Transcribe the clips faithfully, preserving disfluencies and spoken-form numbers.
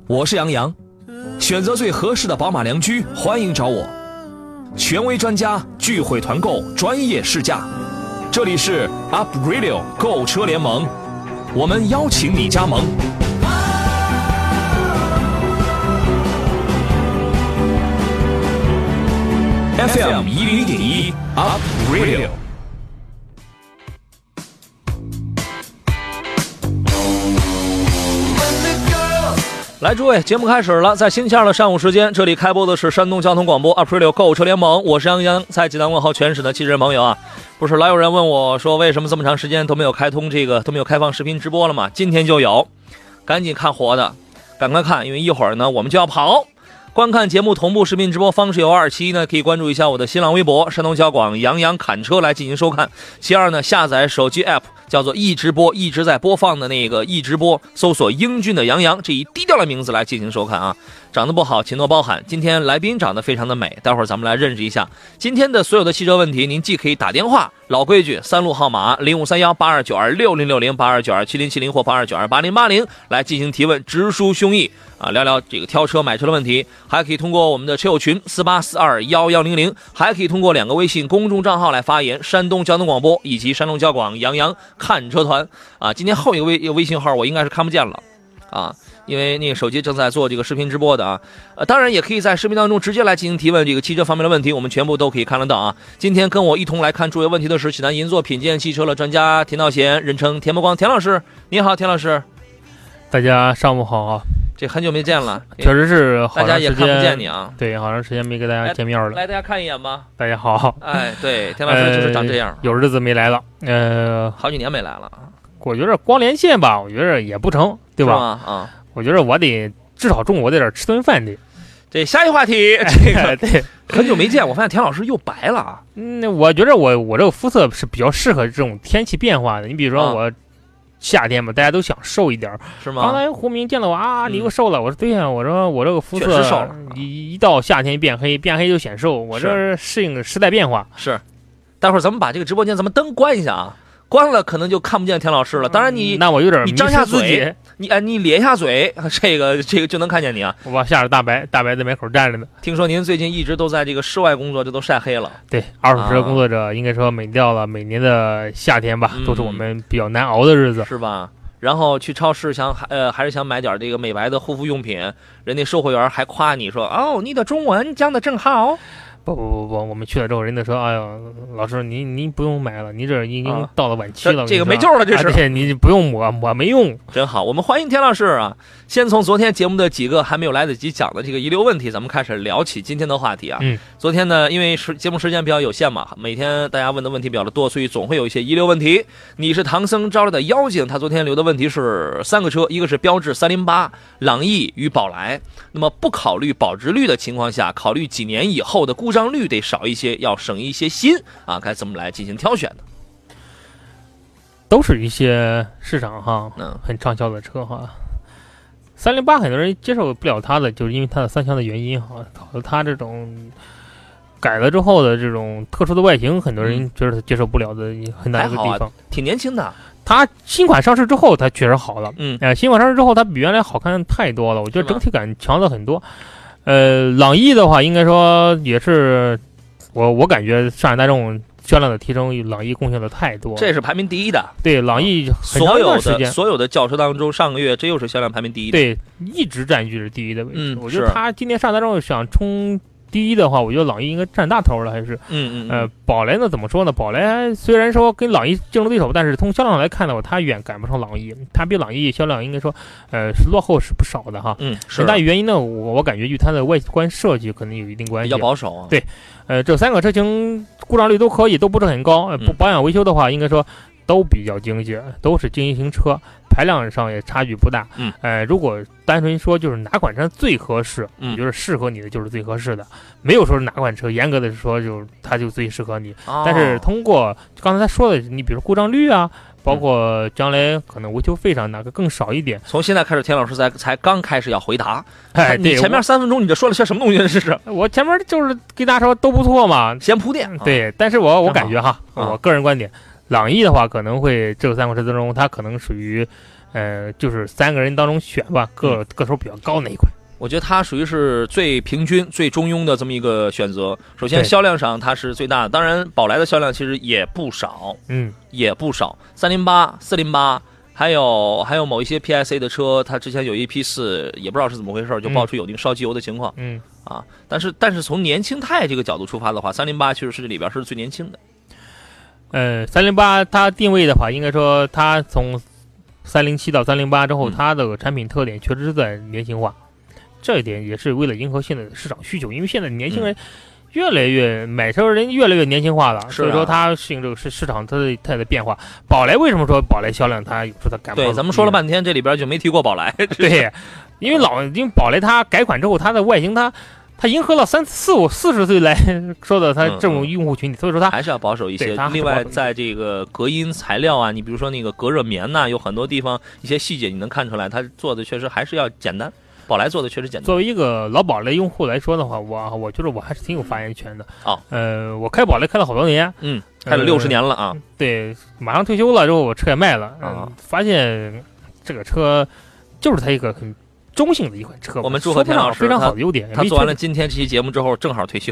我是杨洋，选择最合适的宝马良驹，欢迎找我。权威专家聚会团购，专业试驾，这里是 Up Radio 购车联盟，我们邀请你加盟。F M 一零一点一 Up Radio。来，诸位，节目开始了。在星期二的上午时间，这里开播的是山东交通广播 Up Radio 购车联盟，我是杨洋，在济南问候全省的汽车人朋友啊。不是老有人问我说，为什么这么长时间都没有开通这个都没有开放视频直播了吗？今天就有，赶紧看活的，赶快看，因为一会儿呢我们就要跑。观看节目同步视频直播方式有二：其一呢，可以关注一下我的新浪微博山东交广杨洋侃车来进行收看；其二呢，下载手机 app 叫做易直播，一直在播放的那个易直播，搜索英俊的杨洋，这一低调的名字来进行收看啊。长得不好请多包涵，今天来宾长得非常的美，待会儿咱们来认识一下。今天的所有的汽车问题，您既可以打电话，老规矩，三路号码零五三幺八二九二六零六零八二九二七零七零或八二九二八零八零来进行提问，直抒胸臆啊，聊聊这个挑车买车的问题。还可以通过我们的车友群四八四二幺幺零零，还可以通过两个微信公众账号来发言，山东交通广播以及山东交广杨洋看车团啊。今天后一个微一个微信号我应该是看不见了啊。因为那个手机正在做这个视频直播的啊，呃，当然也可以在视频当中直接来进行提问，这个汽车方面的问题我们全部都可以看得到啊。今天跟我一同来看诸位问题的是济南银座品鉴汽车的专家田道贤，人称田伯光，田老师，你好，田老师。 大家上午好啊， 这很久没见了， 确实是好大家也看不见你啊。 对，好长时间没跟大家见面了。 来，来大家看一眼吧。 大家好。 哎，对，田老师就是长这样， 呃、有日子没来了，呃， 好几年没来了。 我觉得光连线吧，我觉得也不成，对吧？ 啊。 我觉得我得至少中午我得点吃顿饭的。 这下一话题，这个对， 很久没见，我发现田老师又白了啊。 嗯，我觉得我我这个肤色是比较适合这种天气变化的。你比如说我夏天嘛，大家都想瘦一点， 是吗？ 刚才胡明见了我啊，你又瘦了。我说对呀，我说我这个肤色瘦了， 一一到夏天变黑，变黑就显瘦。我这适应时代变化。 是，待会儿咱们把这个直播间咱们灯关一下啊。关了可能就看不见田老师了。当然你、 嗯、那我有点你张下嘴，你哎你咧一下嘴，这个这个就能看见你啊。 我下着大白，大白在门口站着呢。 听说您最近一直都在这个室外工作，这都晒黑了。 对，二手车工作者应该说每到了每年的夏天吧， 嗯、 都是我们比较难熬的日子， 是吧？然后去超市想呃还是想买点这个美白的护肤用品，人家售货员还夸你说哦你的中文讲得正好。 不不不不，我们去了之后，人家说：“哎呦，老师，您您不用买了，你这已经到了晚期了， 啊、这, 这个没救了，这是。 啊、对，你不用抹，抹没用， 真好。我们欢迎田老师啊！先从昨天节目的几个还没有来得及讲的这个遗留问题，咱们开始聊起今天的话题啊。 嗯， 昨天呢，因为时节目时间比较有限嘛，每天大家问的问题比较的多，所以总会有一些遗留问题。你是唐僧招来的妖精，他昨天留的问题是三个车，一个是标致三零八、朗逸与宝来。那么不考虑保值率的情况下，考虑几年以后的故障率得少一些，要省一些心啊，该怎么来进行挑选的？ 都是一些市场哈，嗯，很畅销的车哈。三零八很多人接受不了它的，就是因为它的三厢的原因哈，它这种改了之后的这种特殊的外形，很多人觉得接受不了的很大一个地方。 啊、挺年轻的。 它新款上市之后，它确实好了， 嗯， 呃，新款上市之后，它比原来好看太多了，我觉得整体感强了很多。呃，朗逸的话，应该说也是我我感觉上海大众销量的提升，朗逸贡献的太多， 这是排名第一的。 对，朗逸很长一段时间， 所有的轿车当中，上个月这又是销量排名第一的， 对，一直占据着第一的位置。 嗯， 我觉得他今年上海大众想冲第一的话，我觉得朗逸应该占大头了，还是嗯嗯呃，宝来呢？怎么说呢？宝来虽然说跟朗逸竞争对手，但是从销量来看的话，它远赶不上朗逸，它比朗逸销量应该说呃是落后是不少的哈。 嗯， 很大原因呢，我我感觉与它的外观设计可能有一定关系， 比较保守、啊。 对，呃，这三个车型故障率都可以，都不是很高。呃，不保养维修的话，应该说都比较经济，都是经济型车。排量上也差距不大， 嗯， 呃，如果单纯说就是哪款车最合适， 嗯， 我觉得适合你的就是最合适的，没有说是哪款车严格的说就是它就最适合你。 哦、 但是通过刚才他说的，你比如故障率啊，包括将来可能维修费上哪个更少一点。 从现在开始，田老师才才刚开始要回答， 哎， 你前面三分钟你这说了些什么东西？这是我前面就是给大家说都不错嘛， 先铺垫。 对，但是我我感觉哈， 啊、 我个人观点，朗逸的话可能会这三款车当中，它可能属于。 呃，就是三个人当中选吧，个、嗯、个头比较高那一款。 我觉得它属于是最平均、最中庸的这么一个选择。首先销量上它是最大的，当然宝来的销量其实也不少， 嗯， 也不少。三零八、四零八，还有还有某一些 P S A 的车，它之前有一批四，也不知道是怎么回事，就爆出有那个烧机油的情况， 嗯啊，但是但是从年轻态这个角度出发的话，三零八确实是这里边是最年轻的。 呃，三零八它定位的话，应该说它从三零七到三零八之后， 嗯、 它的产品特点确实是在年轻化。这一点也是为了迎合现在的市场需求，因为现在年轻人越来越、嗯、买车人越来越年轻化了， 啊、 所以说它适应这个市市场它的它的变化。宝来为什么说宝来销量它有时候它赶不上？ 对，咱们说了半天，这里边就没提过宝来。 对，因为老因为宝来它改款之后，它的外形它它迎合了三四五四十岁来说的它这种用户群体，嗯嗯，所以说它还是要保守一些。另外，在这个隔音材料啊，你比如说那个隔热棉呐、啊，有很多地方一些细节你能看出来，它做的确实还是要简单。宝来做的确实简单。 作为一个老宝来用户来说的话，我我觉得我还是挺有发言权的。 哦， 呃，我开宝来开了好多年， 嗯，开了六十年了啊、 呃。对，马上退休了之后，我车也卖了，嗯、 啊， 发现这个车就是它一个很中性的一款车。 我们祝贺田老师非常好的优点。 他做完了今天这期节目之后，正好退休。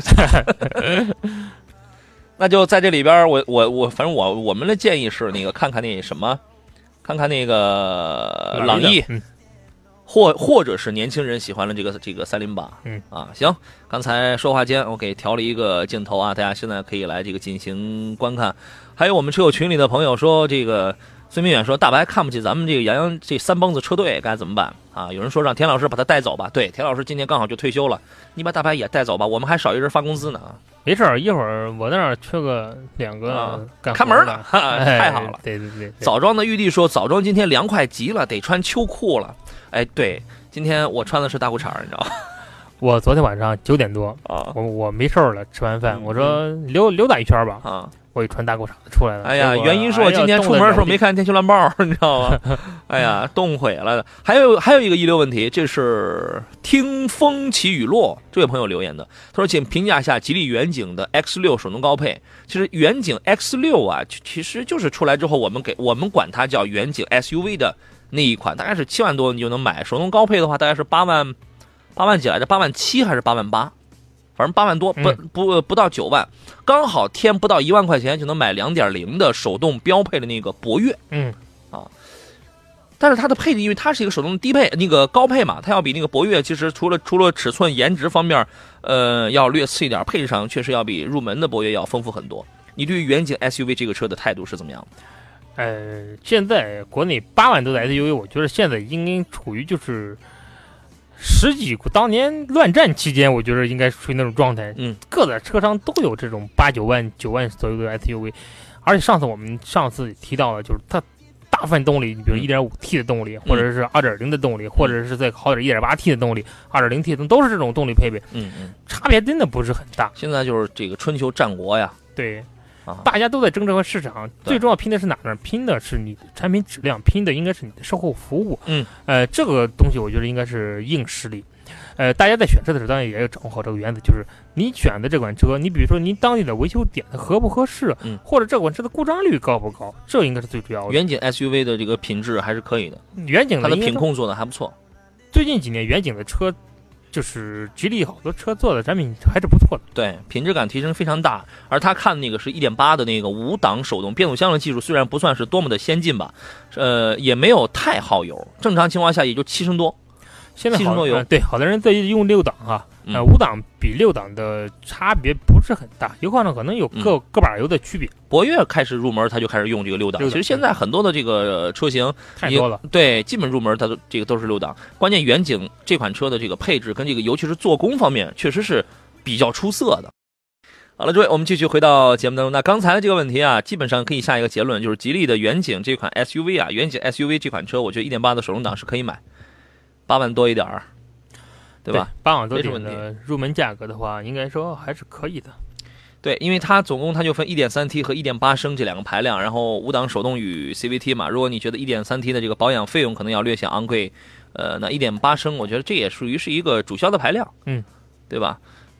那就在这里边，我我我，反正我我们的建议是那个看看那什么，看看那个朗逸。 嗯， 或或者是年轻人喜欢了这个这个三零八， 嗯啊，行，刚才说话间我给调了一个镜头啊，大家现在可以来这个进行观看。还有我们车友群里的朋友说，这个孙明远说大白看不起咱们这个杨洋这三蹦子车队该怎么办啊？有人说让田老师把他带走吧，对，田老师今年刚好就退休了，你把大白也带走吧，我们还少一人发工资呢。 没事儿，一会儿我那儿缺个两个、 啊、 干看门了，太好了。 哎、对, 对对对， 枣庄的玉帝说，枣庄今天凉快极了，得穿秋裤了。哎，对，今天我穿的是大裤衩，你知道吗？ 我昨天晚上九点多啊， 我我没事了，吃完饭，嗯、我说溜溜达一圈吧啊， 我一穿大裤衩出来了。 哎呀，原因是我今天出门的时候没看见天气乱报，你知道吗？哎呀，冻毁了。还有还有一个遗留问题，这是听风起雨落这位朋友留言的，他说，请评价一下吉利远景的 X 六 手动高配。其实远景 X 六 啊，其实就是出来之后，我们给我们管它叫远景 S U V 的那一款，大概是七万多你就能买。手动高配的话，大概是八万八万几来着，八万七还是八万八？反正八万多，不不不到九万，刚好添不到一万块钱就能买两点零的手动标配的那个博越。 嗯， 啊，但是它的配置，因为它是一个手动低配，那个高配嘛，它要比那个博越其实除了除了尺寸、颜值方面，呃，要略次一点，配置上确实要比入门的博越要丰富很多。你对于远景 S U V 这个车的态度是怎么样的？ 呃，现在国内八万多的 S U V， 我觉得现在应该处于就是十几当年乱战期间，我觉得应该处于那种状态。 嗯， 各个车商都有这种八九万、九万左右的 S U V， 而且上次我们上次提到了，就是它大部分动力，你比如 一点五 T 的动力，嗯、或者是 二点零 的动力，嗯、或者是再好点 一点八 T 的动力， 二点零 T 的都是这种动力配备。 嗯嗯， 差别真的不是很大。 现在就是这个春秋战国呀。 对。大家都在争这个市场，最重要拼的是哪呢？拼的是你的产品质量，拼的应该是你的售后服务。 嗯， 呃，这个东西我觉得应该是硬实力。呃，大家在选车的时候，当然也要掌握好这个原则，就是你选的这款车，你比如说您当地的维修点的合不合适， 嗯， 或者这款车的故障率高不高，这应该是最主要的。 远景 S U V 的这个品质还是可以的， 远景它的品控做的还不错。 最近几年远景的车。就是吉利好多车做的产品还是不错的， 对，品质感提升非常大。而他看那个是 一点八 的那个五档手动变速箱的技术，虽然不算是多么的先进吧，呃，也没有太耗油，正常情况下也就七升多。 现在七升多油、 呃，对，好多人在用六档哈，呃， 嗯、 五档比六档的差别不是很大，有可能可能有个、嗯、个把油的区别。 博越开始入门，他就开始用这个六档。其实现在很多的这个车型太多了， 对，基本入门它都这个都是六档。关键远景这款车的这个配置跟这个尤其是做工方面，确实是比较出色的。好了，诸位，我们继续回到节目当中。那刚才的这个问题啊，基本上可以下一个结论，就是吉利的远景这款 S U V 啊，远景 S U V 这款车，我觉得 一点八 的手动挡是可以买，八万多一点儿。对吧？ 八万多点的入门价格的话，应该说还是可以的。 对，因为它总共它就分 一点三 T 和 一点八 升这两个排量，然后五档手动与 C V T 嘛。如果你觉得 一点三 T 的这个保养费用可能要略显昂贵，呃，那 一点八 升我觉得这也属于是一个主销的排量， 嗯， 对吧？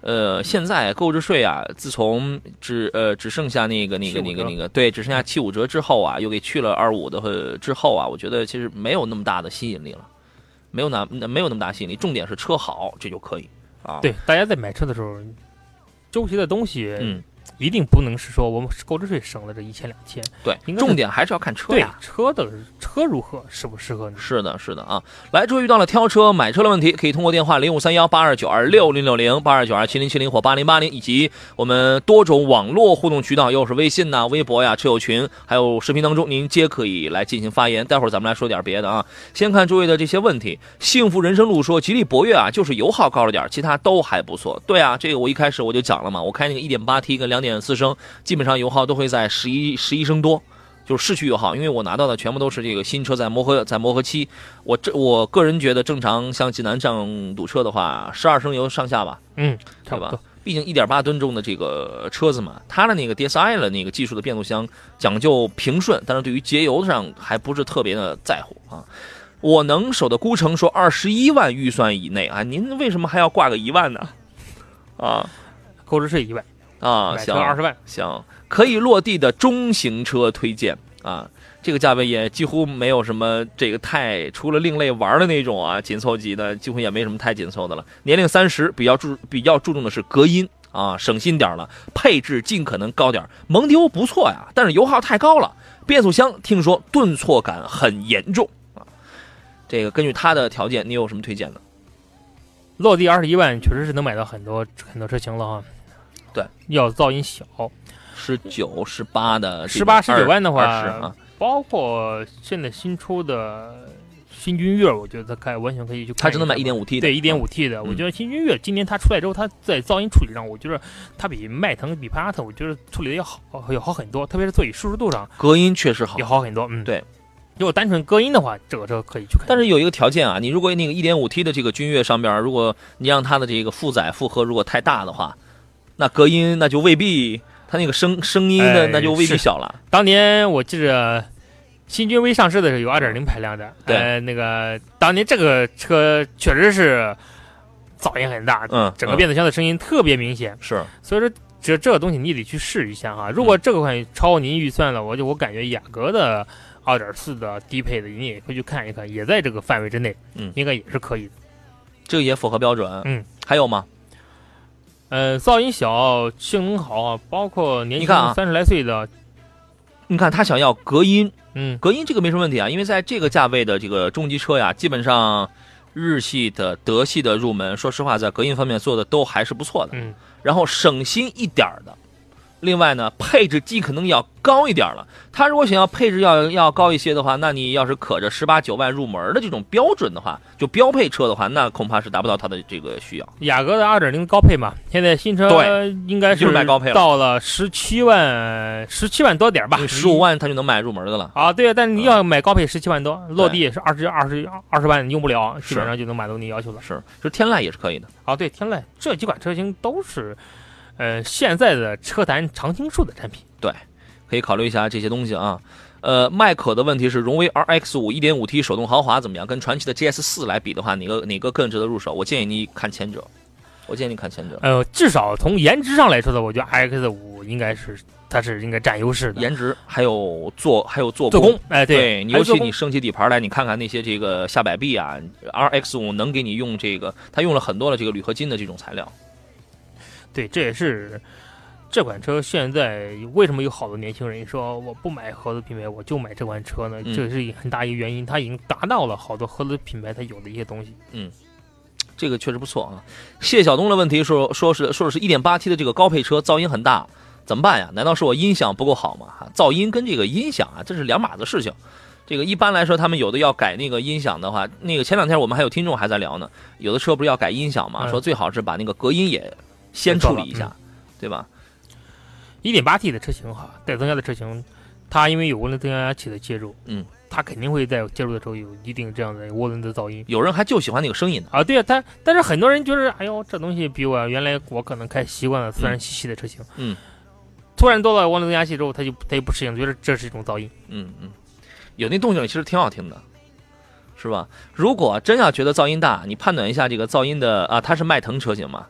呃，现在购置税啊，自从只呃只剩下那个那个那个那个对，只剩下七五折之后啊，又给去了二五的和之后啊，我觉得其实没有那么大的吸引力了，没有那没有那么大吸引力。重点是车好，这就可以啊。 对，大家在买车的时候，周期的东西， 嗯。 一定不能是说我们购置税省了这一千两千， 对，重点还是要看车呀， 对车的车如何，适不适合你？ 是的，是的啊。来，诸位遇到了挑车、买车的问题，可以通过电话零五三幺八二九二六零六零、八二九二七零七零或八零八零，以及我们多种网络互动渠道，又是微信呐、微博呀、车友群，还有视频当中，您皆可以来进行发言。待会儿咱们来说点别的啊。先看诸位的这些问题。幸福人生路说，吉利博越啊，就是油耗高了点，其他都还不错。对啊，这个我一开始我就讲了嘛，我开那个 一点八 T 跟 两点四 升。基本上油耗都会在十一十一升多，就是市区油耗，因为我拿到的全部都是这个新车在磨合在磨合期。我这我个人觉得正常像济南这样堵车的话，十二升油上下吧， 嗯， 对吧？毕竟一点八吨重的这个车子嘛，它的那个 D S I 的那个技术的变速箱讲究平顺，但是对于节油上还不是特别的在乎啊。我能手的孤城说二十一万预算以内啊，您为什么还要挂个一万呢？啊， 购置税一万。 啊， 行，二十万， 行，可以落地的中型车推荐啊，这个价位也几乎没有什么这个太除了另类玩的那种啊，紧凑级的几乎也没什么太紧凑的了。年龄三十，比较注比较注重的是隔音啊，省心点了，配置尽可能高点。蒙迪欧不错呀，但是油耗太高了，变速箱听说顿挫感很严重啊。这个根据它的条件，你有什么推荐的？ 落地二十一万，确实是能买到很多很多车型了哈。 对， 要噪音小， 十九、十八的， 十八、十九万的话， 啊， 包括现在新出的新君越，我觉得它开完全可以去看。 它只能买 一点五 T 的， 对 ，一点五 T 的，嗯、我觉得新君越今年它出来之后，它在噪音处理上，我觉得它比迈腾、比帕萨特，我觉得处理的要好，要好很多，特别是座椅舒适度上， 隔音确实好， 要好很多。嗯， 对。 如果单纯隔音的话，这个车可以去看。 但是有一个条件啊，你如果那个 一点五 T 的这个君越上边，如果你让它的这个负载负荷如果太大的话，那隔音那就未必，它那个声声音的那就未必小了。 哎、当年我记着新君威上市的时候有 二点零 排量的， 对， 呃，那个当年这个车确实是噪音很大， 嗯， 整个变速箱的声音特别明显， 是、嗯。 所以说这这个东西你得去试一下哈。如果这个款超您预算了，我就我感觉雅阁的二点四的低配的，你也可以去看一看，也在这个范围之内， 嗯， 应该也是可以的。 这个也符合标准， 嗯， 还有吗？ 呃，噪音小，性能好，包括年轻三十来岁的， 你看他想要隔音， 嗯， 隔音这个没什么问题啊，因为在这个价位的这个中级车呀，基本上日系的、德系的入门，说实话，在隔音方面做的都还是不错的， 嗯， 然后省心一点的。另外呢，配置尽可能要高一点了。他如果想要配置要要高一些的话，那你要是可着十八九万入门的这种标准的话，就标配车的话，那恐怕是达不到他的这个需要。 雅阁的 二点零 高配嘛，现在新车应该是到了十七万，十七万多点吧， 十五万他就能买入门的了啊。对啊，但是你要买高配十七万多，落地也是二十二十二十万用不了，基本上就能满足你要求了。 是，就天籁也是可以的啊。对，天籁这几款车型都是。呃，现在的车坛常青树的产品， 对，可以考虑一下这些东西啊。呃，迈可的问题是，荣威 R X 五 一点五 T 手动豪华怎么样？跟传祺的 G S 四来比的话，哪个哪个更值得入手？我建议你看前者，我建议你看前者。 呃，至少从颜值上来说的，我觉得 R X 五 应该是它是应该占优势的。 颜值还有做还有做工，做工，哎， 对， 对你尤其你升级底盘来，你看看那些这个下摆臂啊 ，R X 五 能给你用这个，它用了很多的这个铝合金的这种材料。 对，这也是。这款车现在为什么有好多年轻人说我不买合资品牌，我就买这款车呢？ 嗯、 这是很大一个原因，它已经达到了好多合资品牌它有的一些东西。 嗯，这个确实不错啊。谢晓东的问题说说是说的是 一点八 T 的这个高配车噪音很大，怎么办呀？难道是我音响不够好吗？噪音跟这个音响啊，这是两码子事情。这个一般来说，他们有的要改那个音响的话，那个前两天我们还有听众还在聊呢，有的车不是要改音响吗？ 嗯、 说最好是把那个隔音也先处理一下， 嗯、 对吧？ 一点八 T 的车型哈，带增压的车型，它因为有涡轮增压器的介入， 嗯， 它肯定会在介入的时候有一定这样的涡轮的噪音。 有人还就喜欢那个声音呢啊，对啊，但但是很多人就是，哎呦，这东西比我原来我可能开习惯了自然吸气的车型， 嗯， 突然多了涡轮增压器之后，它就它就不适应，觉得这是一种噪音。 嗯嗯，有那动静其实挺好听的，是吧？如果真要觉得噪音大，你判断一下这个噪音的啊，它是迈腾车型嘛？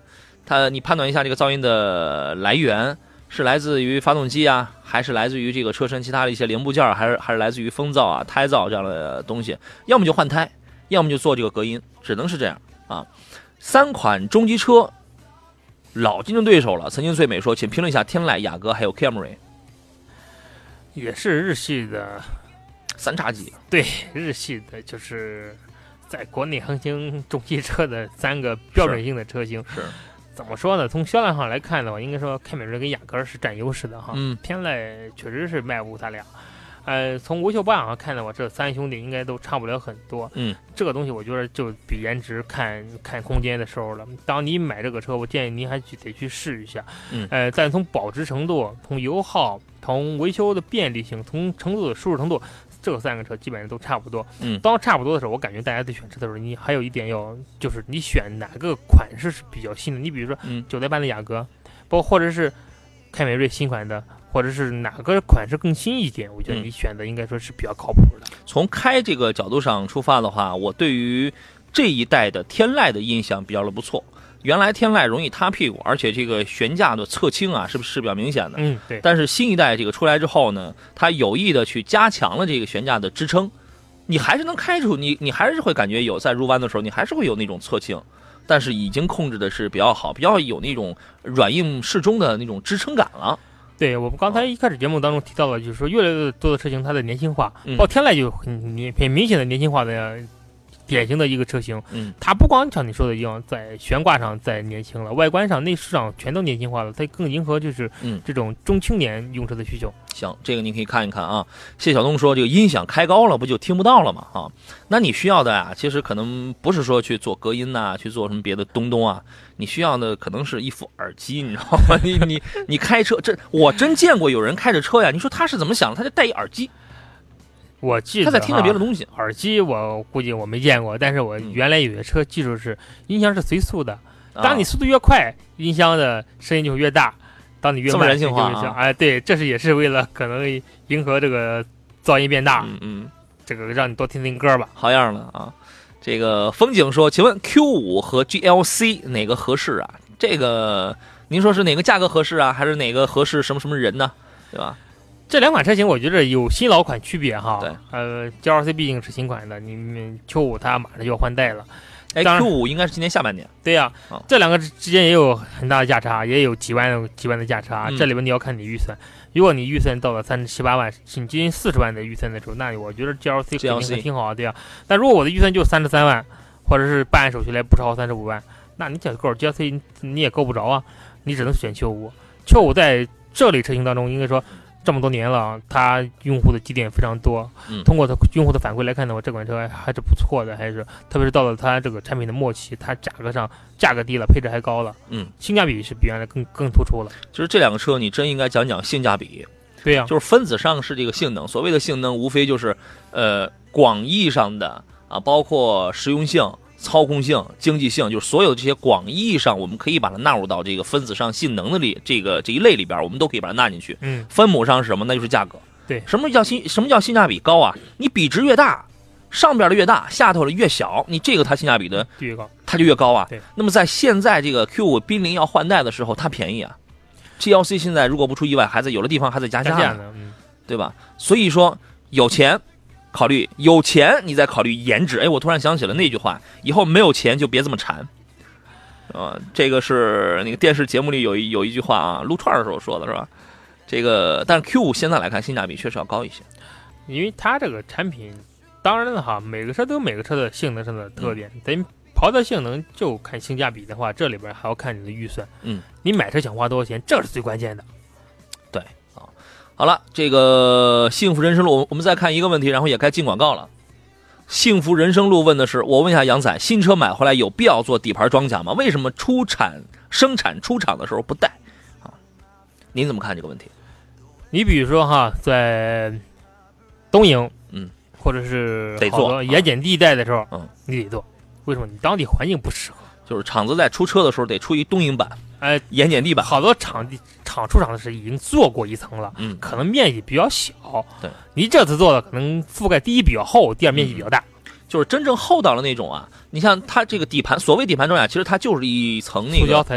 它你判断一下这个噪音的来源是来自于发动机啊，还是来自于这个车身其他的一些零部件，还是还是来自于风噪啊、胎噪这样的东西，要么就换胎，要么就做这个隔音，只能是这样啊。三款中级车老竞争对手了，曾经最美说，请评论一下天籁、雅阁还有 Camry， 也是日系的三叉戟， 对，日系的就是在国内横行中级车的三个标准性的车型。 是怎么说呢？从销量上来看的话，应该说凯美瑞跟雅阁是占优势的哈。 嗯， 天籁确实是迈步他俩。呃，从维修保养上看的话，这三兄弟应该都差不了很多。 嗯， 这个东西我觉得就比颜值看看空间的时候了。当你买这个车，我建议您还去得去试一下。 嗯， 呃，但从保值程度、从油耗、从维修的便利性、从程度的舒适程度，这三个车基本上都差不多。 嗯， 当差不多的时候，我感觉大家在选车的时候，你还有一点要就是你选哪个款式是比较新的。你比如说， 嗯， 九代版的雅阁，包括或者是凯美瑞新款的。或者是哪个款式更新一点，我觉得你选的应该说是比较靠谱的。 嗯、从开这个角度上出发的话，我对于这一代的天籁的印象比较的不错。原来天籁容易塌屁股，而且这个悬架的侧倾啊，是不是比较明显的？ 嗯，对。 但是新一代这个出来之后呢，它有意的去加强了这个悬架的支撑，你还是能开出你，你还是会感觉有在入弯的时候，你还是会有那种侧倾，但是已经控制的是比较好，比较有那种软硬适中的那种支撑感了。 对，我们刚才一开始节目当中提到了，就是说越来越多的车型它的年轻化， 嗯、 包括天籁就很很明显的年轻化的典型的一个车型。 嗯， 它不光像你说的一样，在悬挂上在年轻了，外观上、内饰上全都年轻化了，它更迎合就是嗯这种中青年用车的需求。 行，这个您可以看一看啊。谢晓东说，这个音响开高了，不就听不到了吗？啊，那你需要的啊，其实可能不是说去做隔音呐、啊，去做什么别的东东啊。你需要的可能是一副耳机，你知道吗？你你你开车，这我真见过有人开着车呀。你说他是怎么想的？他就戴一耳机， 我记得他在听着别的东西。 耳机我估计我没见过，但是我原来有些车技术是音响是随速的，当你速度越快，音箱的声音就会越大。当你越慢， 这么人性化啊！ 哎，对，这是也是为了可能迎合这个噪音变大， 嗯嗯， 这个让你多听听歌吧。 好样的啊！这个风景说，请问 Q 五 和 G L C 哪个合适啊？这个您说是哪个价格合适啊，还是哪个合适什么什么人呢？对吧？ 这两款车型我觉得有新老款区别哈。 对， 呃 ，G L C 毕竟是新款的，你们 Q 五 它马上就要换代了。 哎 ，Q 五 应该是今年下半年。 对呀、啊哦， 这两个之间也有很大的价差，也有几万几万的价差。 嗯、 这里边你要看你预算，如果你预算到了三十七八万，甚至四十万的预算的时候，那我觉得 G L C 肯定挺好的，对呀、啊。但如果我的预算就三十三万，或者是办案手续来不超过三十五万，那你讲够 G L C 你也够不着啊，你只能选 Q 五。Q 五在这类车型当中，应该说这么多年了，它用户的积淀非常多。 嗯， 通过它用户的反馈来看的话，这款车还是不错的，还是特别是到了它这个产品的末期，它价格上价格低了，配置还高了， 嗯， 性价比是比原来更更突出了。 就是这两个车，你真应该讲讲性价比。 对呀、啊， 就是分子上是这个性能，所谓的性能无非就是呃广义上的啊，包括实用性、操控性、经济性，就是所有这些广义上，我们可以把它纳入到这个分子上性能的里这个这一类里边，我们都可以把它纳进去。 嗯， 分母上是什么？那就是价格。 对， 什么叫性什么叫性价比高啊？你比值越大，上边的越大，下头的越小，你这个它性价比的越高， 它就越高啊。 对。 那么在现在这个 Q 五 濒临要换代的时候，它便宜啊。G L C 现在如果不出意外，还在有的地方还在加价呢，嗯， 对吧？所以说有钱考虑，有钱你再考虑颜值。哎，我突然想起了那句话，以后没有钱就别这么馋。啊，这个是那个电视节目里有一有一句话啊，撸串的时候说的是吧？这个，但是 Q 五 现在来看性价比确实要高一些， 因为它这个产品，当然了哈，每个车都有每个车的性能上的特点。咱、嗯、刨掉性能就看性价比的话，这里边还要看你的预算。 嗯， 你买车想花多少钱，这是最关键的。 对啊，好了，这个幸福人生路，我们再看一个问题，然后也该进广告了。幸福人生路问的是，我问一下杨仔，新车买回来有必要做底盘装甲吗？为什么出产生产出厂的时候不带？啊，您怎么看这个问题？ 你比如说哈，在东营， 嗯， 或者是得做盐碱地带的时候， 嗯， 你得做。为什么？你当地环境不适合。 就是厂子在出车的时候得出一东营版， 哎， 盐碱地板。 好多厂地厂出厂的是已经做过一层了， 嗯， 可能面积比较小。 对， 你这次做的可能覆盖第一比较厚，第二面积比较大。 嗯，就是真正厚到了那种啊，你像它这个底盘，所谓底盘装甲，其实它就是一层那个塑胶材料。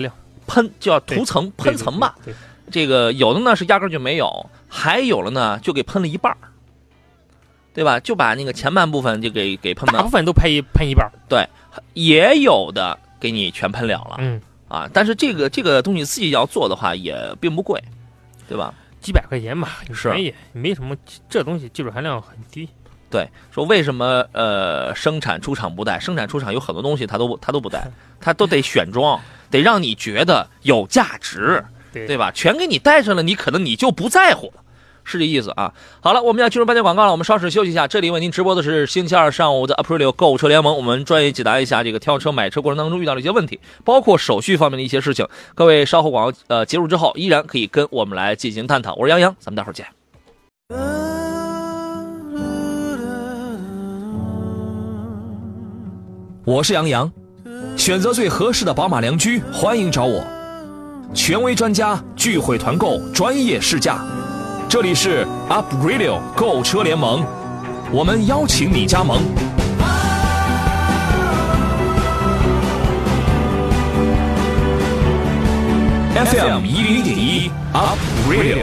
喷，叫涂层喷层吧。 对对对对， 这个有的呢是压根就没有，还有了呢就给喷了一半，对吧？就把那个前半部分就给给喷了， 大部分都喷一喷一半。 对，也有的给你全喷了了。 嗯啊，但是这个这个东西自己要做的话也并不贵，对吧？ 几百块钱吧， 是便宜，没什么，这东西技术含量很低。 对，说为什么呃生产出厂不带？生产出厂有很多东西它都它都不带，它都得选装，得让你觉得有价值， 对对吧？全给你带上了，你可能你就不在乎了。是这意思啊。好了，我们要进入半点广告了，我们稍事休息一下。这里为您直播的是星期二上午的 Aprilio 购物车联盟，我们专业解答一下这个挑车买车过程当中遇到的一些问题，包括手续方面的一些事情。各位稍后广告呃结束之后，依然可以跟我们来进行探讨。我是杨洋，咱们待会儿见。我是杨洋，选择最合适的宝马良驹，欢迎找我。权威专家聚会团购，专业试驾。这里是 Aprilio 购车联盟，我们邀请你加盟。F M 一零一点一 Aprilio。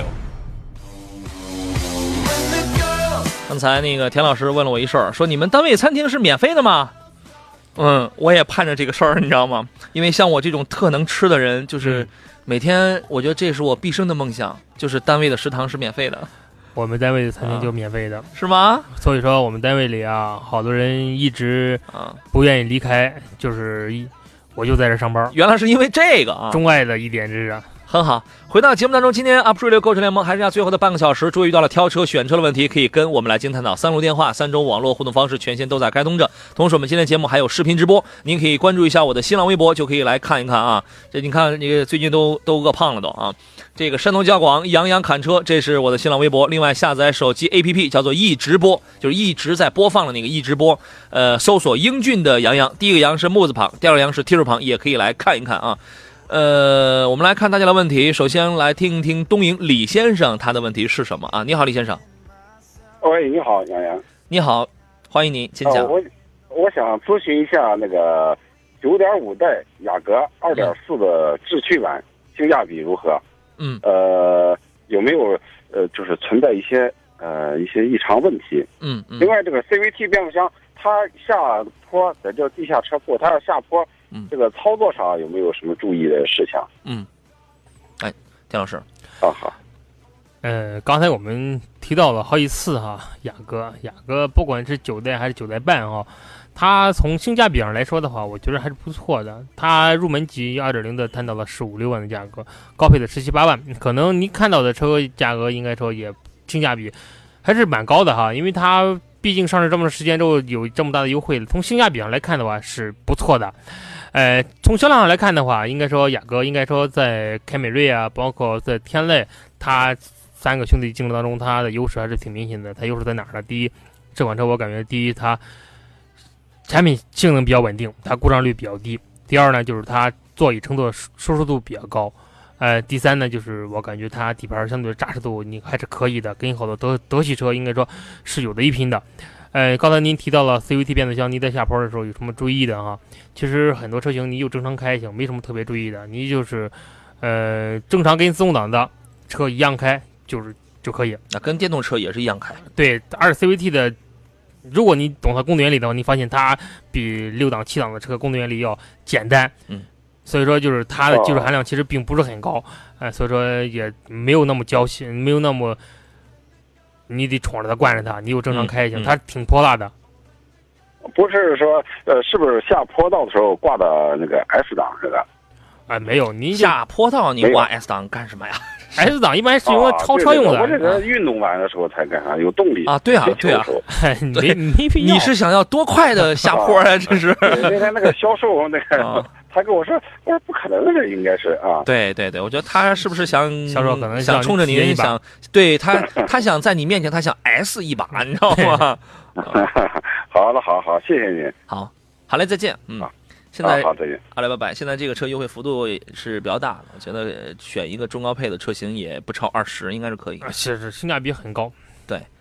刚才那个田老师问了我一事儿，说你们单位餐厅是免费的吗？嗯，我也盼着这个事儿，你知道吗？因为像我这种特能吃的人，就是每天我觉得这是我毕生的梦想，就是单位的食堂是免费的。 我们单位的餐厅就免费的， 啊、是吗？ 所以说我们单位里啊，好多人一直不愿意离开，就是一我就在这上班。 原来是因为这个啊， 钟爱的一点之啊。 很好，回到节目当中，今天 Aprilio 购车联盟还剩下最后的半个小时，诸位遇到了挑车选车的问题，可以跟我们来进行探讨。三路电话，三种网络互动方式，全线都在开通着。同时，我们今天节目还有视频直播，您可以关注一下我的新浪微博，就可以来看一看啊。这你看，你最近都都饿胖了都啊。这个山东交广杨洋侃车，这是我的新浪微博。另外，下载手机 A P P 叫做易直播，就是一直在播放的那个易直播。呃，搜索英俊的杨洋，第一个杨是木字旁，第二个杨是提手旁，也可以来看一看啊。呃，我们来看大家的问题。首先来听一听东营李先生他的问题是什么啊？你好，李先生。 喂，你好，杨洋。 你好，欢迎您，请讲。 呃、我我想咨询一下那个九点五代雅阁二点四的智驱版、嗯、性价比如何？ 嗯。 呃，有没有呃就是存在一些呃一些异常问题？ 嗯嗯。 另外，这个 C V T 变速箱，它下坡在这地下车库，它要下坡。 嗯， 这个操作上有没有什么注意的事项？ 嗯，哎，田老师， 啊好， 呃，刚才我们提到了好几次哈，雅阁，雅阁不管是九代还是九代半哈，它从性价比上来说的话，我觉得还是不错的。它入门级 二点零 的谈到了十五六万的价格，高配的十七八万，可能您看到的车价格应该说也性价比还是蛮高的哈，因为它毕竟上市这么长时间之后有这么大的优惠了，从性价比上来看的话是不错的。呃，从销量上来看的话，应该说雅阁应该说在凯美瑞啊，包括在天籁，它三个兄弟竞争当中，它的优势还是挺明显的。它优势在哪儿呢？第一，这款车我感觉第一，它产品性能比较稳定，它故障率比较低；第二呢，就是它座椅乘坐舒适度比较高；呃，第三呢，就是我感觉它底盘相对扎实度你还是可以的，跟好多德德系车应该说是有的一拼的。呃，刚才您提到了 C V T 变速箱，你在下坡的时候有什么注意的哈？其实很多车型你有正常开行，没什么特别注意的，你就是，呃，正常跟自动挡的车一样开，就是就可以。 那跟电动车也是一样开。 对，而 C V T 的，如果你懂它功能原理的话，你发现它比六档、七档的车功能原理要简单。 嗯。 所以说，就是它的技术含量其实并不是很高，呃，所以说也没有那么娇气，没有那么。你得宠着它，惯着它，你有正常开行，嗯嗯、它挺泼辣的。 不是说，呃，是不是下坡道的时候挂的那个 S 档似的？ 哎，没有，您下坡道你挂 S 档干什么呀 ？S 档一般是用超车用的。 我这个运动版的时候才干啥，有动力啊？对啊，对啊， 没没必要。 你是想要多快的下坡啊？这是。 那天那个销售那个。他跟我说：“我说不可能的，应该是啊。” 对对对，我觉得他是不是想销售可能想冲着您想，对他他想在你面前他想 S 一把，你知道吗？ 好了，好好，谢谢您。 好，好嘞，再见。嗯，现在好，再见。 好嘞，拜拜。现在这个车优惠幅度是比较大的，我觉得选一个中高配的车型也不超二十，应该是可以。 是是，性价比很高。 对，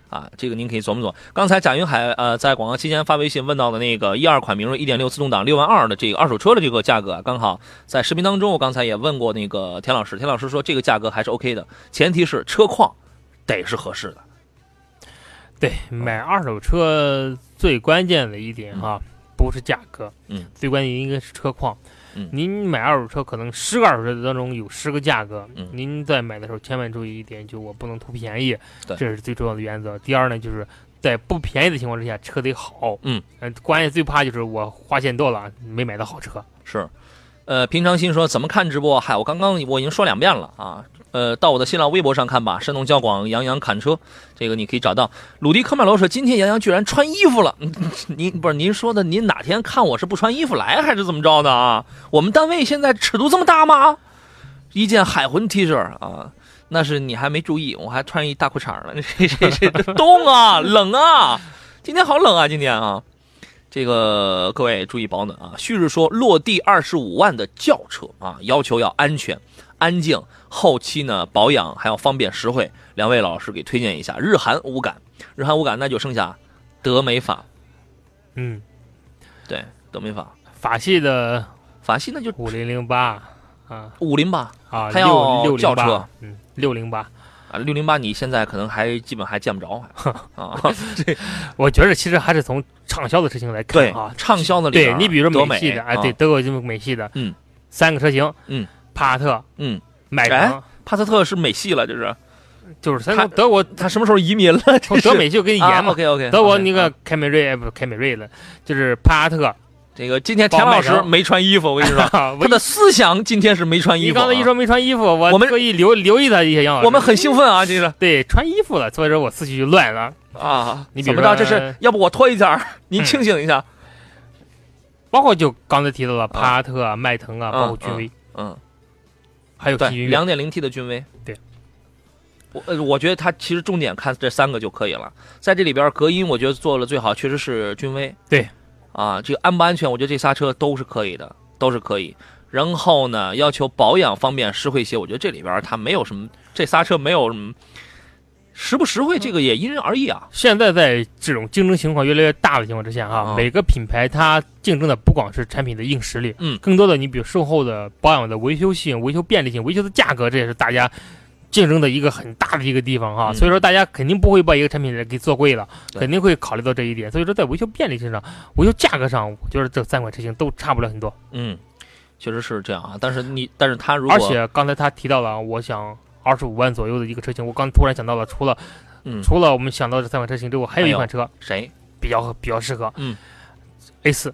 啊，这个您可以琢磨琢磨。刚才贾云海呃在广告期间发微信问到的那个一二款明锐 一点六 自动挡六万二的这个二手车的这个价格，刚好在视频当中我刚才也问过那个田老师，田老师说这个价格还是 OK 的，前提是车况得是合适的。 对，买二手车最关键的一点哈、嗯，不是价格， 嗯， 最关键应该是车况。 嗯， 您买二手车可能十个二手车当中有十个价格， 嗯， 您在买的时候千万注意一点，就我不能图便宜， 对， 这是最重要的原则。第二呢，就是在不便宜的情况之下，车得好， 嗯， 呃，关键最怕就是我花钱多了没买到好车。 是，呃，平常心说怎么看直播？嗨，我刚刚我已经说两遍了啊。呃，到我的新浪微博上看吧，山东交广杨洋侃车，这个你可以找到。鲁迪科迈罗说，今天杨洋居然穿衣服了，您不是您说的，您哪天看我是不穿衣服来，还是怎么着的啊？我们单位现在尺度这么大吗？一件海魂 T 恤啊，那是你还没注意，我还穿一大裤衩呢，这这这冻啊，冷啊，今天好冷啊，今天啊。这个各位注意保暖啊！旭日说，落地二十五万的轿车啊，要求要安全、安静，后期呢保养还要方便实惠。两位老师给推荐一下，日韩无感，日韩无感那就剩下德美法。 嗯， 对，德美法， 法系的法系那就五零零八啊， 五零八啊， 还要轿车， 嗯，六零八。 啊，六零八你现在可能还基本还见不着啊！ 这我觉得其实还是从畅销的事情来看啊， 畅销的里对你比如说美系的， 哎， 对德国美系的， 嗯， 三个车型， 嗯， 帕萨特， 嗯， 迈腾， 帕萨特是美系了，这是， 就是三德国， 他什么时候移民了？ 从德美就给你延嘛 ，OK OK， 德国那个凯美瑞不凯美瑞了，就是帕萨特。 这个今天田老师没穿衣服，我跟你说，他的思想今天是没穿衣服。 你刚才一说没穿衣服，我我们特意留留意他一下杨老师。 我们很兴奋啊，这是对穿衣服了，所以说我思绪就乱了啊。 你怎么着？这是要不我脱一件，您清醒一下。 包括就刚才提到了帕萨特啊、迈腾啊，包括君威， 嗯， 还有对两点零 T 的君威， 对。 我呃，我觉得它其实重点看这三个就可以了，在这里边隔音，我觉得做了最好，确实是君威。 对。 啊，这个安不安全？我觉得这仨车都是可以的，都是可以。然后呢，要求保养方便、实惠些，我觉得这里边它没有什么，这仨车没有什么实不实惠，这个也因人而异啊。 现在在这种竞争情况越来越大的情况之下，哈、啊，每个品牌它竞争的不光是产品的硬实力， 嗯， 更多的你比如售后的保养的维修性、维修便利性、维修的价格，这也是大家竞争的一个很大的一个地方哈、 嗯， 所以说大家肯定不会把一个产品给做贵了，肯定会考虑到这一点。所以说在维修便利性上、维修价格上，我觉得这三款车型都差不了很多。 嗯，确实是这样啊。但是你，但是他如果， 而且刚才他提到了，我想二十五万左右的一个车型，我刚突然想到了，除了， 嗯， 除了我们想到这三款车型之后，还有一款车， 谁比较比较适合？ 嗯 ，A 四。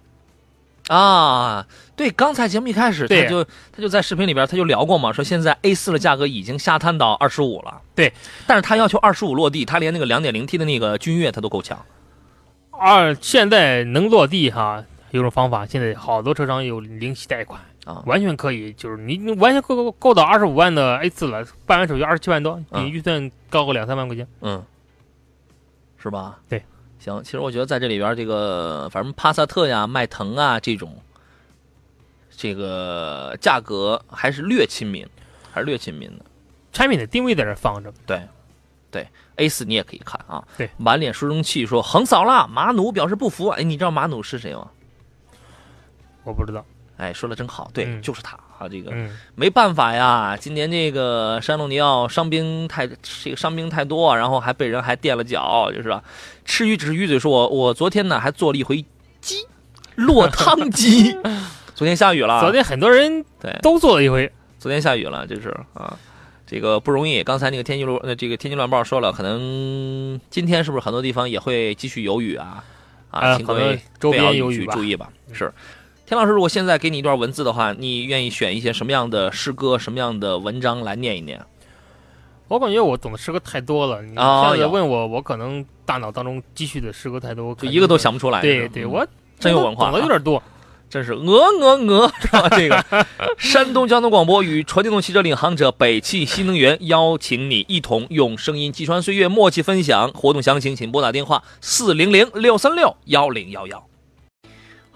啊，对，刚才节目一开始他就他就在视频里边他就聊过嘛，说现在 A 四 的价格已经下探到二十五了， 对， 但是他要求二十五落地，他连那个 两点零 T 的那个君越他都够呛。 二现在能落地哈，有种方法，现在好多车商有零息贷款啊， 完全可以，就是你你完全够够到二十五万的 A 四 了，办完手续二十七万多， 嗯、 你预算高个两三万块钱， 嗯，是吧？ 对。 行，其实我觉得在这里边，这个反正帕萨特呀、迈腾啊这种，这个价格还是略亲民，还是略亲民的。 产品的定位在这放着。 对，对 ，A 四 你也可以看啊。 对， 满脸书生气说横扫了，马努表示不服。哎，你知道马努是谁吗？ 我不知道。 哎，说的真好，对， 嗯、 就是他啊。这个、 嗯、 没办法呀，今年这个山东尼奥伤兵太这个伤兵太多，然后还被人还垫了脚，就是吧？吃鱼只是鱼嘴说，我我昨天呢还做了一回鸡，落汤鸡。昨天下雨了， 昨天很多人对都做了一回。 昨天下雨了，就是啊，这个不容易。刚才那个天气路呃这个天气乱报说了，可能今天是不是很多地方也会继续有雨啊？啊，请各位周边有雨注意吧。是。田老师，如果现在给你一段文字的话，你愿意选一些什么样的诗歌、什么样的文章来念一念？ 我感觉我懂的诗歌太多了，你现在问我，我可能大脑当中积蓄的诗歌太多， 就一个都想不出来。 对对，我真有文化， 懂得有点多， 真是鹅鹅鹅，是吧？这个山东交通广播与纯电动汽车领航者北汽新能源邀请你一同用声音击穿岁月，默契分享。活动详情请拨打电话四零零六三六幺零幺幺。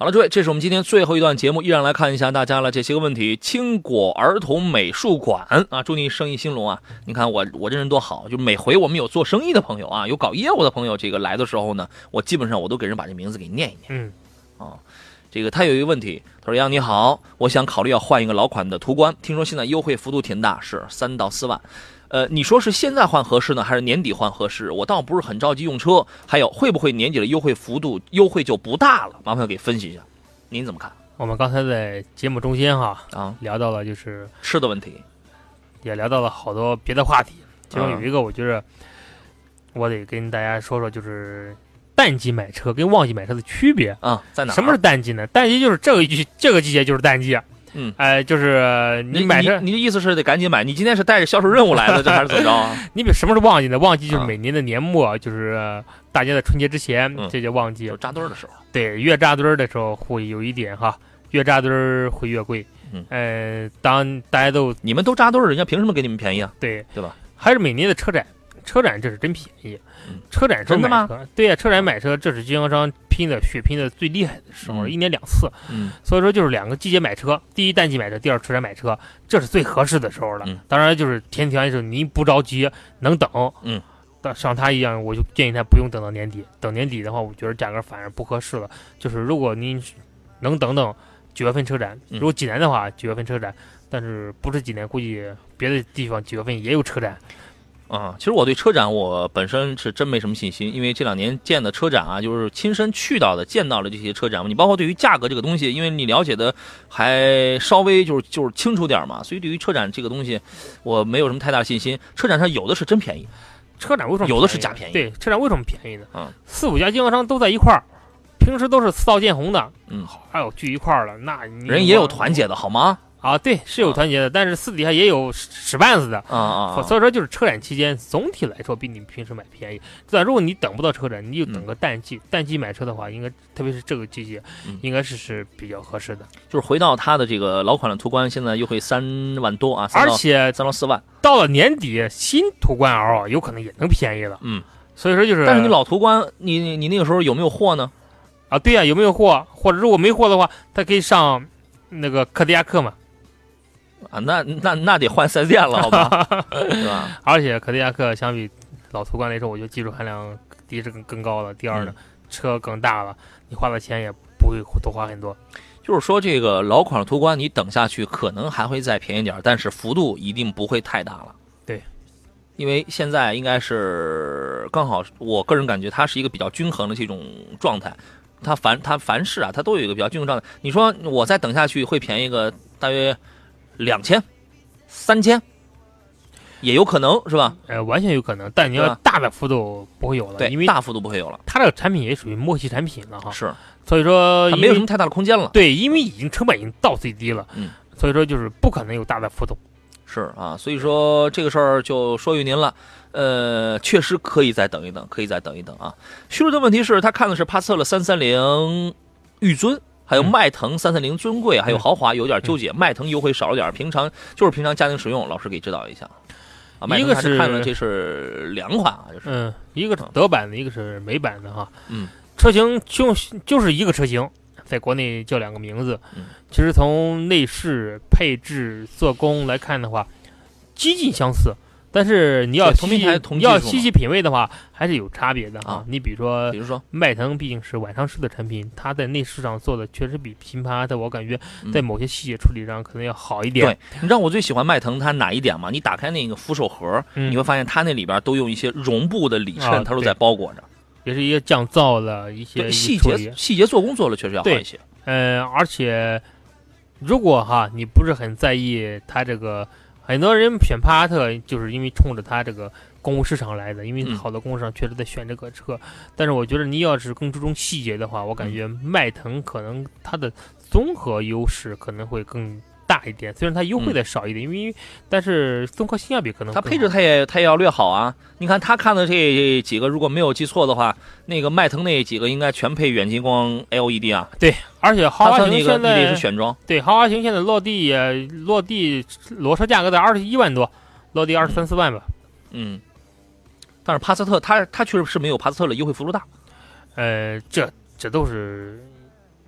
好了，诸位，这是我们今天最后一段节目，依然来看一下大家的这些个问题。青果儿童美术馆啊，祝你生意兴隆啊！你看我我这人多好，就每回我们有做生意的朋友啊，有搞业务的朋友，这个来的时候呢，我基本上我都给人把这名字给念一念。 嗯， 啊，这个他有一个问题，他说：“杨你好，我想考虑要换一个老款的途观，听说现在优惠幅度挺大，是三到四万。呃，你说是现在换合适呢，还是年底换合适？我倒不是很着急用车。还有，会不会年底的优惠幅度优惠就不大了？麻烦给分析一下，您怎么看？” 我们刚才在节目中间哈啊聊到了就是吃的问题， 也聊到了好多别的话题，其中有一个我觉得我得跟大家说说，就是淡季买车跟旺季买车的区别啊，在哪？ 什么是淡季呢？淡季就是这个季这个季节就是淡季。 嗯， 哎、呃，就是你买车， 你的意思是得赶紧买？你今天是带着销售任务来的，这还是怎么着啊？ 你比什么是旺季呢？旺季就是每年的年末，啊、就是大家的春节之前， 嗯、 这叫旺季， 就扎堆的时候。 对，越扎堆的时候会有一点哈，越扎堆会越贵。 嗯， 呃，当大家都你们都扎堆，人家凭什么给你们便宜啊？ 对， 对吧？ 还是每年的车展。车展这是真便宜， 嗯、 车展真的吗？ 对呀、啊，车展买车这是经销商拼的血拼的最厉害的时候， 嗯、 一年两次。 嗯， 所以说就是两个季节买车，第一淡季买车，第二车展买车，这是最合适的时候了。 嗯、 当然就是前提条件是您不着急，能等。 嗯， 像他一样，我就建议他不用等到年底。等年底的话，我觉得价格反而不合适了。就是如果您能等等九月份车展，如果济南的话，九月份车展，但是不是济南，估计别的地方九月份也有车展。 啊、嗯，其实我对车展我本身是真没什么信心，因为这两年见的车展啊，就是亲身去到的、见到了这些车展，你包括对于价格这个东西，因为你了解的还稍微就是就是清楚点嘛，所以对于车展这个东西，我没有什么太大的信心。车展上有的是真便宜， 车展为什么有的是假便宜？ 对，车展为什么便宜呢？ 嗯， 四五家经销商都在一块儿，平时都是四道见红的， 嗯， 还有聚一块儿了，那你人也有团结的好吗？ 啊，对，是有团结的，啊、但是私底下也有使绊子的啊啊！ 所以说，就是车展期间，总体来说比你平时买便宜。但如果你等不到车展，你就等个淡季。嗯、淡季买车的话，应该特别是这个季节， 嗯、 应该是是比较合适的。 就是回到它的这个老款的途观，现在优惠三万多啊， 而且三到四万。 到了年底，新途观 L 有可能也能便宜了。 嗯， 所以说就是， 但是你老途观，你你你那个时候有没有货呢？ 啊，对呀、啊，有没有货？或者如果没货的话，他可以上那个柯迪亚克嘛。 啊，那那那得换四 S 店了，好吧？是吧？ 而且柯迪亚克相比老途观来说，我觉得技术含量第一是更更高了，第二呢，嗯、车更大了，你花的钱也不会多花很多。 就是说，这个老款的途观你等下去可能还会再便宜点，但是幅度一定不会太大了。 对， 因为现在应该是刚好，我个人感觉它是一个比较均衡的这种状态。它凡它凡事啊，它都有一个比较均衡状态。你说我再等下去会便宜个大约两千、三千，也有可能是吧？ 呃，完全有可能，但你要大的幅度不会有了， 对， 因为大幅度不会有了。 它这个产品也属于末期产品了哈， 是， 所以说它没有什么太大的空间了。 对，因为已经成本已经到最低了， 嗯， 所以说就是不可能有大的浮动。 是啊，所以说这个事儿就说与您了。呃，确实可以再等一等，可以再等一等啊。徐路的问题是他看的是帕萨特三三零御尊。还有迈腾三三零尊贵，还有豪华，有点纠结。迈腾优惠少了点，平常就是平常家庭使用，老师给指导一下。啊， 一个是看了这是两款啊，就是嗯，一个是德版的，一个是美版的哈。 嗯， 车型就就是一个车型，在国内叫两个名字。 嗯， 其实从内饰、配置、做工来看的话，几近相似。但是你要细你要细细品味的话，还是有差别的哈。 啊、 你比如说， 比如说迈腾毕竟是晚上式的产品，它在内饰上做的确实比新帕萨特，我感觉在某些细节处理上可能要好一点。 对，你知道我最喜欢迈腾它哪一点吗？你打开那个扶手盒， 嗯、 你会发现它那里边都用一些绒布的里衬， 啊、 它都在包裹着， 也是一个降噪的一些细节细节做工做的确实要好一些。 嗯、呃，而且如果哈你不是很在意它这个。很多人选帕萨特就是因为冲着它这个公务市场来的，因为好的公务市场确实在选这个车。嗯、但是我觉得你要是更注重细节的话，我感觉迈腾可能它的综合优势可能会更大一点，虽然它优惠的少一点，嗯、因为但是综合性价比可能它配置它也它也要略好啊。你看他看的这几个，如果没有记错的话，那个迈腾那几个应该全配远近光 L E D 啊。 对，而且豪华型现在是选装， 对豪华型现在落地也落地裸车价格在二十一万多，落地二十三四万吧。 嗯，但是帕萨特它它确实是没有帕萨特的优惠幅度大。 呃，这这都是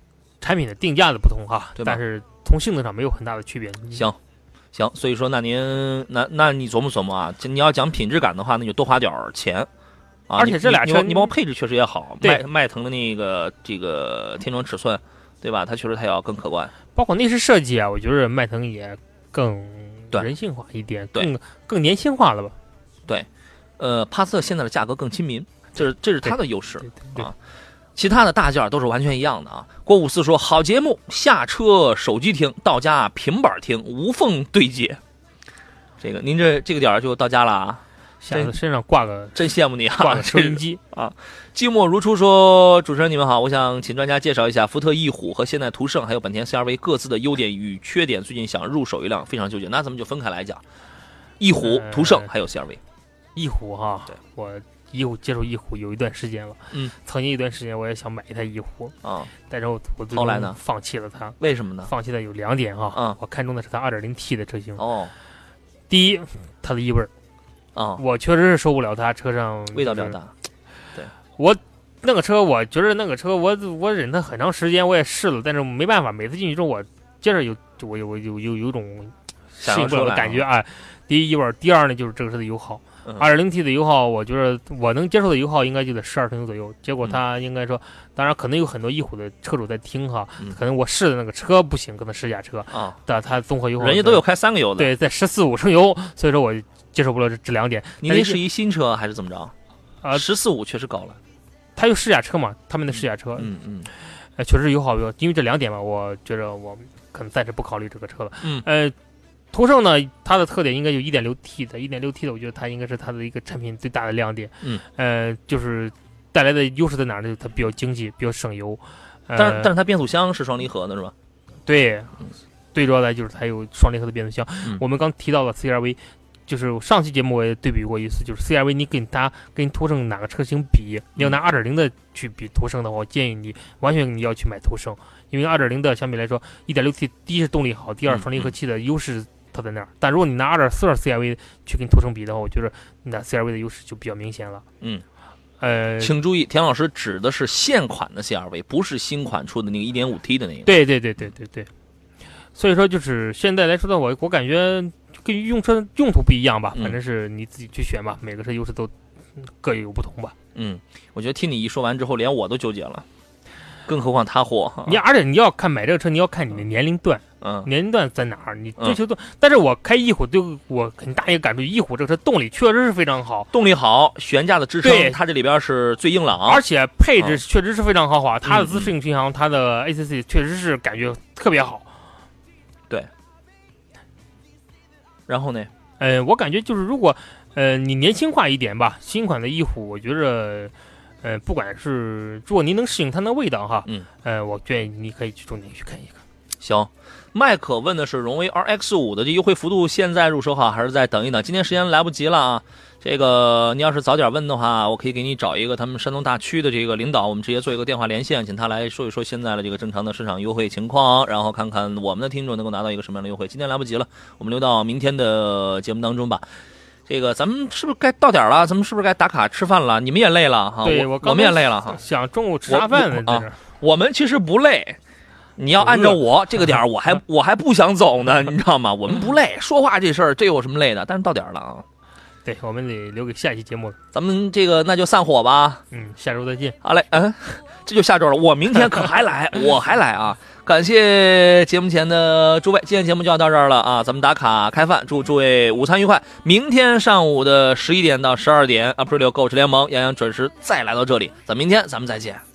产品的定价的不同哈， 对吧？ 但是从性能上没有很大的区别。 行。行，所以说那您那那你琢磨琢磨啊，你要讲品质感的话，那就多花点钱啊。 而且这俩车， 你包括配置确实也好，迈迈腾的那个这个天窗尺寸，对吧？它确实它要更可观。 包括内饰设计啊，我觉得迈腾也更人性化一点，更更年轻化了吧？ 对，呃，帕萨特现在的价格更亲民，这是这是它的优势啊。其他的大件都是完全一样的啊。郭五四说：“好节目，下车手机听，到家平板听，无缝对接。”这个您这这个点就到家了啊， 下次身上挂个， 真羡慕你啊， 挂个收音机啊。寂寞如初说：“主持人你们好，我想请专家介绍一下福特翼虎和现代途胜还有本田 C R V 各自的优点与缺点。最近想入手一辆，非常纠结。那咱们就分开来讲，翼虎、呃、途胜还有 C R V。 翼虎哈， 对我。翼虎接触翼虎有一段时间了， 嗯， 曾经一段时间我也想买一台翼虎啊， 但是我我最后来呢放弃了它。 为什么呢？ 放弃的有两点哈， 嗯， 我看中的是它 二点零 T 的车型哦。 第一，它的异味儿啊， 我确实是受不了它车上、就是、 味道比较大。对， 我那个车，我觉得那个车我我忍它很长时间，我也试了，但是没办法，每次进去之后我接着有我有我有有有一种适应不了的感觉啊。第一异味儿，第二呢就是这个车的油耗。二点零 T 的油耗，我觉得我能接受的油耗应该就在十二升油左右。结果它应该说，当然可能有很多翼虎的车主在听哈， 嗯、 可能我试的那个车不行，可能试驾车啊， 但它综合油耗人家都有开三个油的， 对，在十四五升油，所以说我接受不了这这两点。 你那是一新车还是怎么着？啊，十四五确实高了。 它有试驾车嘛？他们的试驾车， 嗯嗯， 呃，确实油耗比因为这两点嘛，我觉得我可能暂时不考虑这个车了。 嗯， 呃。途胜呢，它的特点应该有 一点六 T 的 ，一点六 T 的，我觉得它应该是它的一个产品最大的亮点。 嗯， 呃，就是带来的优势在哪儿呢？它比较经济，比较省油。呃、 但是但是它变速箱是双离合的，是吧？ 对，最主要的就是它有双离合的变速箱。 嗯、 我们刚提到了 C R V， 就是上期节目我也对比过一次，就是 C R V 你跟它跟途胜哪个车型比，你要拿 二点零 的去比途胜的话，我建议你完全你要去买途胜，因为 二点零 的相比来说 一点六 T 第一是动力好，第二双离合器的优势它在那儿，但如果你拿 二点四 C R V 去跟途胜比的话，我觉得那 C R V 的优势就比较明显了。 嗯， 呃， 请注意，田老师指的是现款的 C R V， 不是新款出的那个 一点五 T 的那个。 对对对对对对。所以说，就是现在来说的我，我感觉跟用车用途不一样吧，反正是你自己去选吧，嗯、每个车优势都各有不同吧。 嗯，我觉得听你一说完之后，连我都纠结了。更何况他货， 你而且你要看买这个车，你要看你的年龄段， 嗯， 年龄段在哪儿，你追求动。嗯、但是我开翼虎对我很大一个感触，翼虎这个车动力确实是非常好， 动力好，悬架的支撑，它这里边是最硬朗， 而且配置确实是非常豪华，嗯、它的自适应巡航，它的 A C C 确实是感觉特别好。 对。然后呢？ 呃，我感觉就是如果呃你年轻化一点吧，新款的翼虎，我觉着。呃，不管是如果您能适应它的味道哈， 嗯， 呃，我建议你可以去重点去看一看。 行，麦克问的是荣威 R X 五 的这优惠幅度，现在入手好还是再等一等？今天时间来不及了啊。这个你要是早点问的话，我可以给你找一个他们山东大区的这个领导，我们直接做一个电话连线，请他来说一说现在的这个正常的市场优惠情况，然后看看我们的听众能够拿到一个什么样的优惠。今天来不及了，我们留到明天的节目当中吧。这个咱们是不是该到点了？咱们是不是该打卡吃饭了？你们也累了哈， 对， 我我们也累了哈。 想中午吃啥饭呢？ 啊，我们其实不累。你要按照我这个点儿，我还我还不想走呢，你知道吗？我们不累，说话这事儿这有什么累的？但是到点了啊。 对，我们得留给下一期节目。 咱们这个那就散伙吧。 嗯，下周再见。 好嘞，嗯，这就下周了。我明天可还来，我还来啊！感谢节目前的诸位，今天节目就要到这儿了啊！咱们打卡开饭，祝诸位午餐愉快。明天上午的十一点到十二点 ，Aprilio 购车联盟杨洋准时再来到这里。咱明天咱们再见。